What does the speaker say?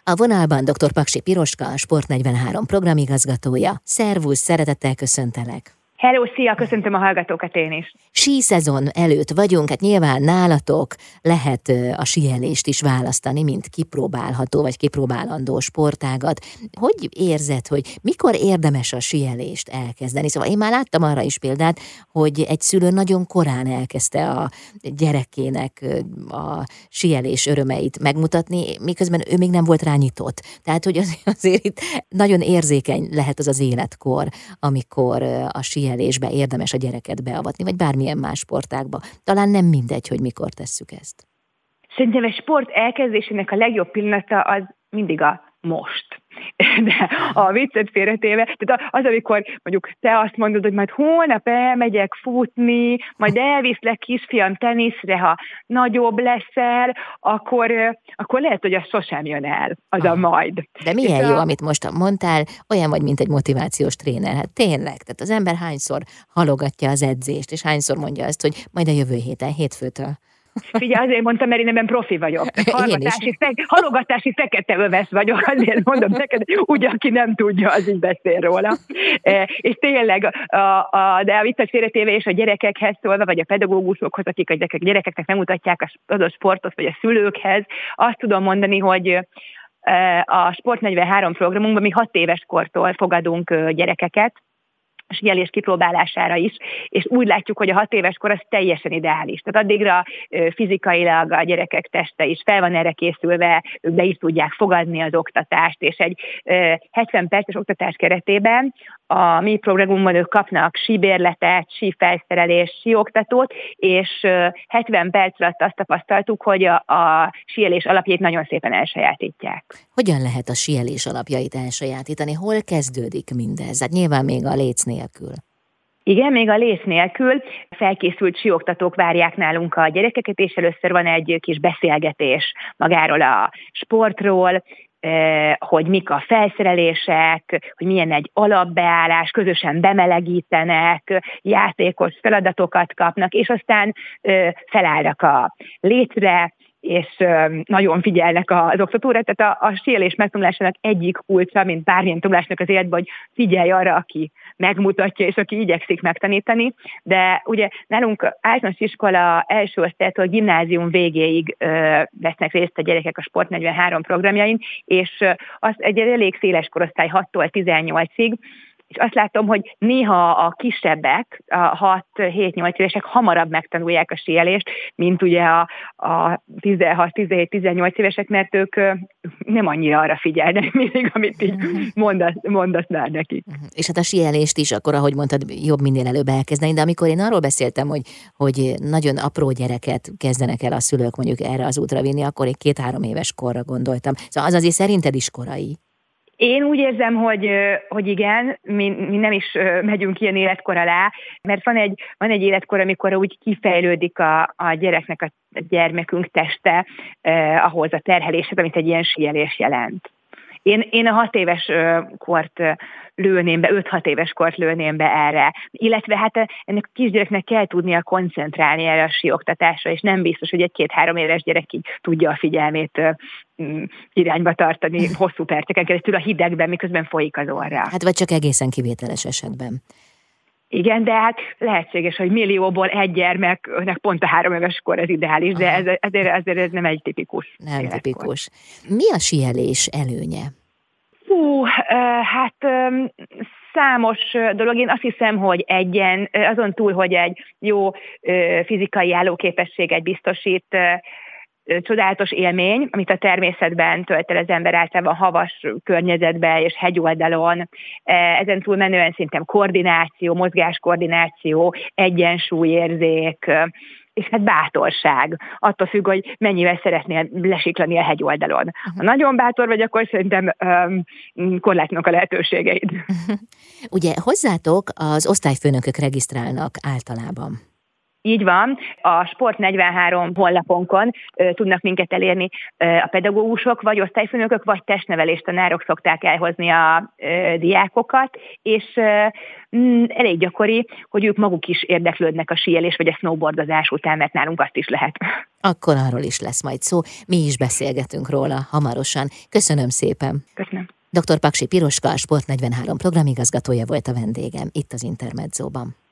A vonalban dr. Paksi Piroska, a Sport 43 programigazgatója. Szervusz, szeretettel köszöntelek! Hello, szia, köszöntöm a hallgatókat én is. Síszezon előtt vagyunk, hát nyilván nálatok lehet a síelést is választani, mint kipróbálható vagy kipróbálandó sportágat. Hogy érzed, hogy mikor érdemes a síelést elkezdeni? Szóval én már láttam arra is példát, hogy egy szülő nagyon korán elkezdte a gyerekének a síelés örömeit megmutatni, miközben ő még nem volt rá nyitott. Tehát, hogy azért itt nagyon érzékeny lehet az az életkor, amikor a síelésbe érdemes a gyereket beavatni, vagy bármilyen más sportágba. Talán nem mindegy, hogy mikor tesszük ezt. Szerintem egy sport elkezdésének a legjobb pillanata az mindig a most. De a viccet félretéve, tehát az, amikor mondjuk te azt mondod, hogy majd holnap elmegyek futni, majd elviszlek kisfiam teniszre, ha nagyobb leszel, akkor lehet, hogy az sosem jön el, az a majd. De milyen jó, amit most mondtál, olyan vagy, mint egy motivációs tréner. Hát tényleg, tehát az ember hányszor halogatja az edzést, és hányszor mondja azt, hogy majd a jövő héten, hétfőtől. Figyelj, azért mondtam, mert én ebben profi vagyok. Halogatási fekete öves vagyok, azért mondom neked, úgy, aki nem tudja, az így beszél róla. És tényleg, de a viccet félretéve és a gyerekekhez szólva, vagy a pedagógusokhoz, akik a gyerekeknek nem mutatják az adott sportot, vagy a szülőkhez, azt tudom mondani, hogy a Sport 43 programunkban mi 6 éves kortól fogadunk gyerekeket, síelés kipróbálására is, és úgy látjuk, hogy a 6 éves kor az teljesen ideális. Tehát addigra fizikailag a gyerekek teste is fel van erre készülve, ők be is tudják fogadni az oktatást, és egy 70 perces oktatás keretében a mi programunkban ők kapnak síbérletet, sífelszerelést, síoktatót, és 70 perc alatt azt tapasztaltuk, hogy a síelés alapjait nagyon szépen elsajátítják. Hogyan lehet a síelés alapjait elsajátítani? Hol kezdődik mindez? Hát nyilván még a léc nélkül. Igen, még a léc nélkül felkészült síoktatók várják nálunk a gyerekeket, és először van egy kis beszélgetés magáról a sportról, hogy mik a felszerelések, hogy milyen egy alapbeállás, közösen bemelegítenek, játékos feladatokat kapnak, és aztán felállnak a létre, és nagyon figyelnek az oktatóra. Tehát a síelés megtanulásának egyik kulcsa, mint bármilyen tanulásnak az életben, hogy figyelj arra, aki megmutatja, és aki igyekszik megtanítani. De ugye nálunk általános iskola első osztálytól gimnázium végéig vesznek részt a gyerekek a Sport 43 programjain, és az egy elég széles korosztály 6-tól 18-ig, és azt látom, hogy néha a kisebbek, a 6-7-8 évesek hamarabb megtanulják a síelést, mint ugye a 16-17-18 évesek, mert ők nem annyira arra figyelnek mindig, amit így mondasz már nekik. És hát a síelést is akkor, ahogy mondtad, jobb minél előbb elkezdeni, de amikor én arról beszéltem, hogy nagyon apró gyereket kezdenek el a szülők mondjuk erre az útra vinni, akkor én 2-3 éves korra gondoltam. Szóval az azért szerinted is korai? Én úgy érzem, hogy igen, mi nem is megyünk ilyen életkor alá, mert van egy életkor, amikor úgy kifejlődik a gyereknek, a gyermekünk teste ahhoz a terheléshez, amit egy ilyen síelés jelent. Én a 6 éves kort lőném be, 5-6 éves kort lőném be erre. Illetve hát ennek a kisgyereknek kell tudnia koncentrálni erre a síoktatásra, és nem biztos, hogy egy 2-3 éves gyerek így tudja a figyelmét irányba tartani hosszú perceken keresztül a hidegben, miközben folyik az orra. Hát vagy csak egészen kivételes esetben. Igen, de hát lehetséges, hogy millióból egy gyermeknek pont a 3 éves kor az ideális, de ezért ez nem egy tipikus. Nem életkor. Tipikus. Mi a síelés előnye? Hát számos dolog. Én azt hiszem, hogy azon túl, hogy egy jó fizikai állóképességet biztosít, csodálatos élmény, amit a természetben tölt el az ember általában havas környezetben és hegyoldalon. Ezen túl menően szerintem koordináció, mozgáskoordináció, egyensúlyérzék, és hát bátorság. Attól függ, hogy mennyivel szeretnél lesiklani a hegyoldalon. Ha nagyon bátor vagy, akkor szerintem korlátlanok a lehetőségeid. Ugye hozzátok az osztályfőnökök regisztrálnak általában? Így van, a Sport 43 honlaponkon tudnak minket elérni a pedagógusok, vagy osztályfőnökök, vagy testnevelés tanárok szokták elhozni a diákokat, és elég gyakori, hogy ők maguk is érdeklődnek a síelés vagy a snowboardozás után, mert nálunk azt is lehet. Akkor arról is lesz majd szó, mi is beszélgetünk róla hamarosan. Köszönöm szépen! Köszönöm. Dr. Paksi Piroska, a Sport 43 programigazgatója volt a vendégem itt az Intermedzóban.